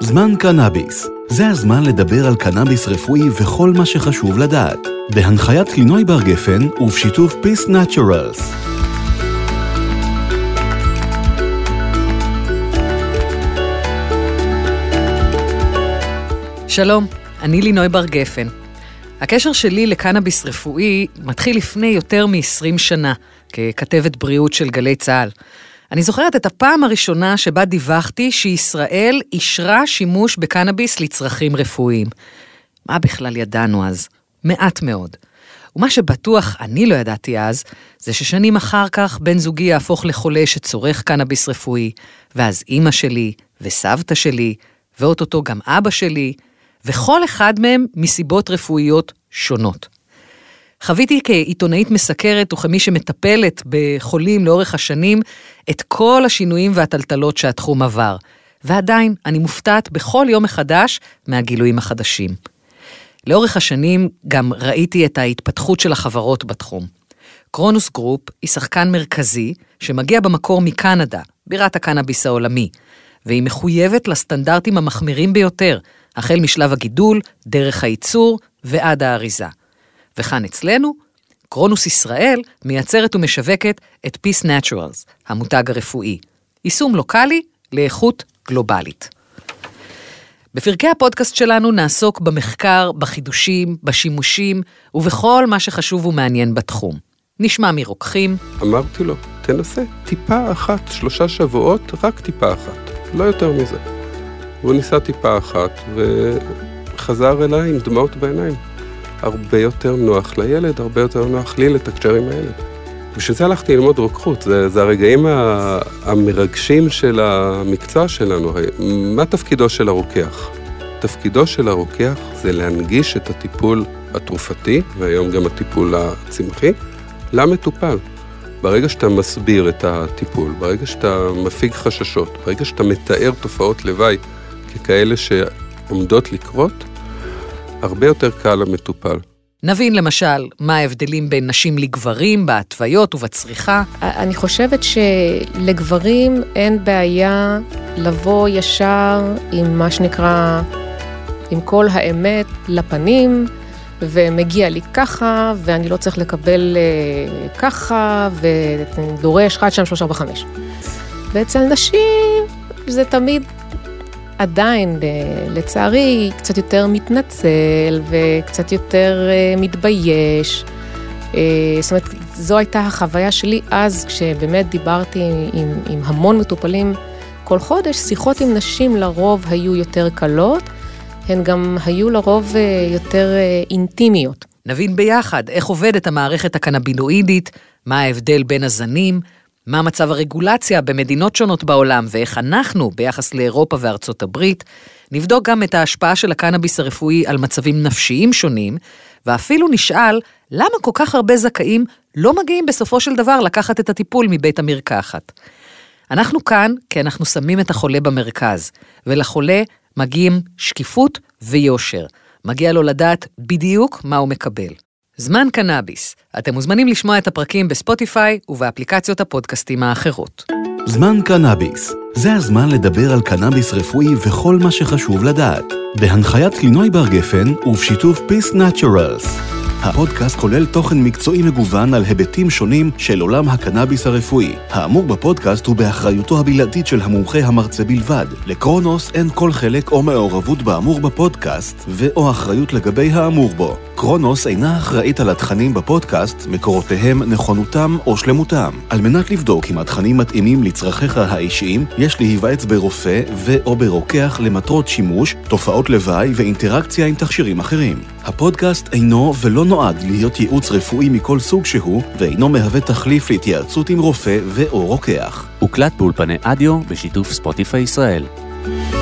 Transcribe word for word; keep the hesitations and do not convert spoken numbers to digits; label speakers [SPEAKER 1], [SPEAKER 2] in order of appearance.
[SPEAKER 1] זמן קנאביס. זה הזמן לדבר על קנאביס רפואי וכל מה שחשוב לדעת. בהנחיית לינוי בר גפן ובשיתוף Peace Naturals.
[SPEAKER 2] שלום, אני לינוי בר גפן. הקשר שלי לקנאביס רפואי מתחיל לפני יותר מ-עשרים שנה, ככתבת בריאות של גלי צהל. אני זוכרת את הפעם הראשונה שבה דיווחתי שישראל אישרה שימוש בקנאביס לצרכים רפואיים. מה בכלל ידענו אז? מעט מאוד. ומה שבטוח אני לא ידעתי אז, זה ששנים אחר כך בן זוגי יהפוך לחולה שצורך קנאביס רפואי, ואז אמא שלי וסבתא שלי, ואוטוטו גם אבא שלי, וכל אחד מהם מסיבות רפואיות שונות. חוויתי כעיתונאית מסקרת וכמי שמטפלת בחולים לאורך השנים את כל השינויים והטלטלות שהתחום עבר, ועדיין אני מופתעת בכל יום מחדש מהגילויים החדשים. לאורך השנים גם ראיתי את ההתפתחות של החברות בתחום. קרונוס גרופ היא שחקן מרכזי שמגיע במקור מקנדה, בירת הקנאביס העולמי, והיא מחויבת לסטנדרטים המחמירים ביותר, החל משלב הגידול, דרך הייצור ועד האריזה. וכאן אצלנו, קרונוס ישראל מייצרת ומשווקת את Peace Naturals, המותג הרפואי. יישום לוקלי לאיכות גלובלית. בפרקי הפודקאסט שלנו נעסוק במחקר, בחידושים, בשימושים ובכל מה שחשוב ומעניין בתחום. נשמע מרוקחים.
[SPEAKER 3] אמרתי לו, תנסה טיפה אחת, שלושה שבועות, רק טיפה אחת, לא יותר מזה. הוא ניסה טיפה אחת וחזר אליי עם דמעות בעיניים. הרבה יותר נוח לילד, הרבה יותר נוח לי לתקשר עם הילד. בשביל זה הלכתי ללמוד רוקחות, זה, זה הרגעים המרגשים של המקצוע שלנו. מה תפקידו של הרוקח? תפקידו של הרוקח זה להנגיש את הטיפול התרופתי, והיום גם הטיפול הצמחי, למטופל. ברגע שאתה מסביר את הטיפול, ברגע שאתה מפיג חששות, ברגע שאתה מתאר תופעות לוואי ככאלה שעומדות לקרות, הרבה יותר קל למטופל.
[SPEAKER 2] נבין למשל מה ההבדלים בין נשים לגברים בהתוויות ובצריכה.
[SPEAKER 4] אני חושבת שלגברים אין בעיה לבוא ישר עם מה שנקרא, עם כל האמת לפנים, ומגיע לי ככה, ואני לא צריך לקבל ככה, ודורש אחד, שתיים, שלוש, ארבע, חמש. ואצל נשים זה תמיד עדיין, לצערי, קצת יותר מתנצל וקצת יותר מתבייש. זאת אומרת, זו הייתה החוויה שלי אז, כשבאמת דיברתי עם, עם המון מטופלים כל חודש. שיחות עם נשים לרוב היו יותר קלות, הן גם היו לרוב יותר אינטימיות.
[SPEAKER 2] נבין ביחד איך עובדת המערכת הקנבינואידית, מה ההבדל בין הזנים, מה מצב הרגולציה במדינות שונות בעולם, ואיך אנחנו, ביחס לאירופה וארצות הברית, נבדוק גם את ההשפעה של הקנאביס הרפואי על מצבים נפשיים שונים, ואפילו נשאל למה כל כך הרבה זכאים לא מגיעים בסופו של דבר לקחת את הטיפול מבית המרקחת. אנחנו כאן כי אנחנו שמים את החולה במרכז, ולחולה מגיעים שקיפות ויושר. מגיע לו לדעת בדיוק מה הוא מקבל. זמן קנאביס. אתם מוזמנים לשמוע את הפרקים בספוטיפיי ובאפליקציות הפודקאסטים האחרות.
[SPEAKER 1] זמן קנאביס. זה הזמן לדבר על קנאביס רפואי וכל מה שחשוב לדעת. בהנחיית לינוי בר גפן ובשיתוף Peace Naturals. הפודקאסט כולל תוכן מקצועי מגוון על היבטים שונים של עולם הקנאביס הרפואי. האמור בפודקאסט הוא באחריותו הבלעדית של המומחה המרצה בלבד. לקרונוס אין כל חלק או מעורבות באמור בפודקאסט ו/או אחריות לגבי האמור בו. קרונוס אינה אחראית על התכנים בפודקאסט, מקורותיהם, נכונותם או שלמותם. על מנת לבדוק אם התכנים מתאימים לצרכיך האישיים, יש להיוועץ ברופא ו/או ברוקח למטרות שימוש, תופעות לוואי ואינטראקציה עם תכשירים אחרים. הפודקאסט אינו ולא נועד להיות ייעוץ רפואי מכל סוג שהוא, ואינו מהווה תחליף להתייעצות עם רופא ו/או רוקח.
[SPEAKER 5] הוקלט באולפני אדיו בשיתוף ספוטיפיי ישראל.